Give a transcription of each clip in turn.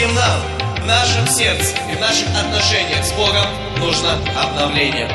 Всем нам в нашем сердце и в наших отношениях с Богом нужно обновление.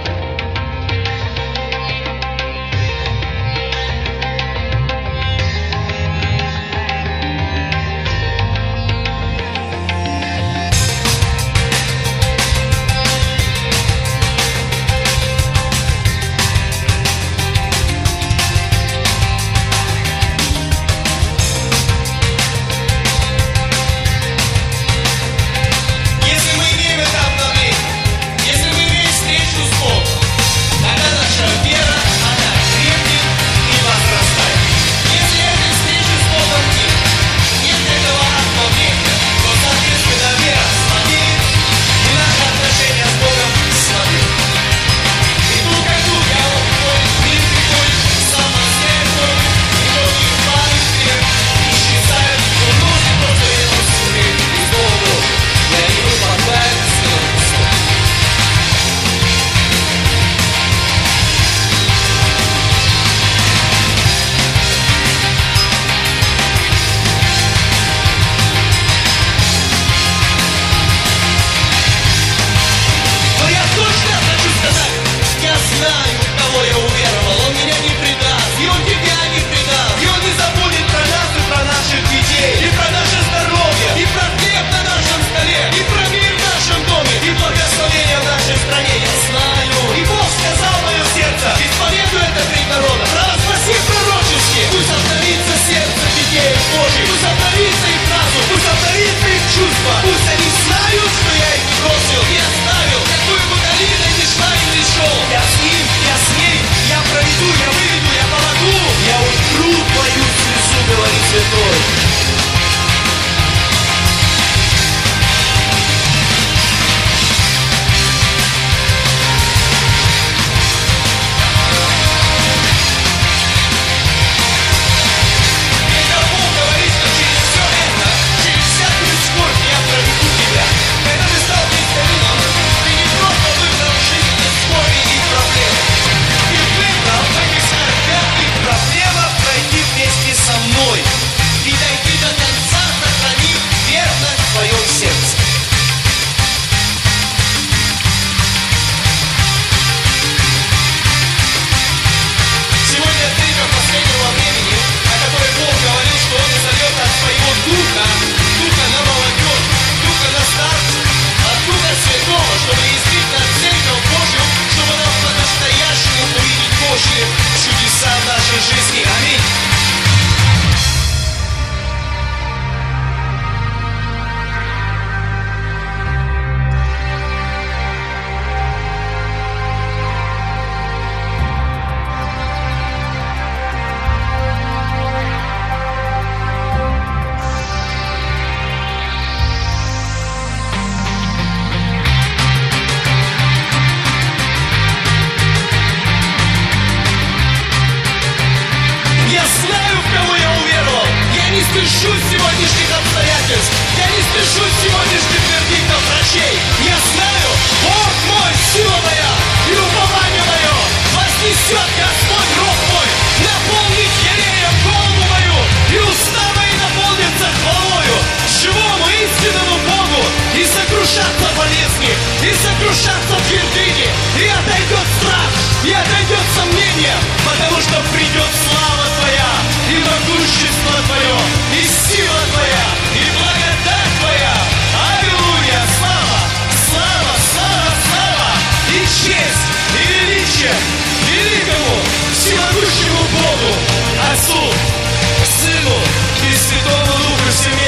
Стыжусь сегодняшних обстоятельств, я не стыжусь сегодняшних вердиктов врачей. Я знаю, Бог мой, сила моя и упование мое, вознесет Господь рог мой, наполнит елеем голову мою, и уста мои наполнятся хвалою живому истинному Богу, и сокрушатся болезни, и сокрушатся твердыни, и отойдет страх, и отойдет сомнение, потому что придет слава Твоя, и могущество Твое, и сила Твоя, и благодать Твоя. Аллилуйя! Слава, слава, слава, слава, и честь, и величие великому, всемогущему Богу, Отцу, Сыну и Святому Духу всем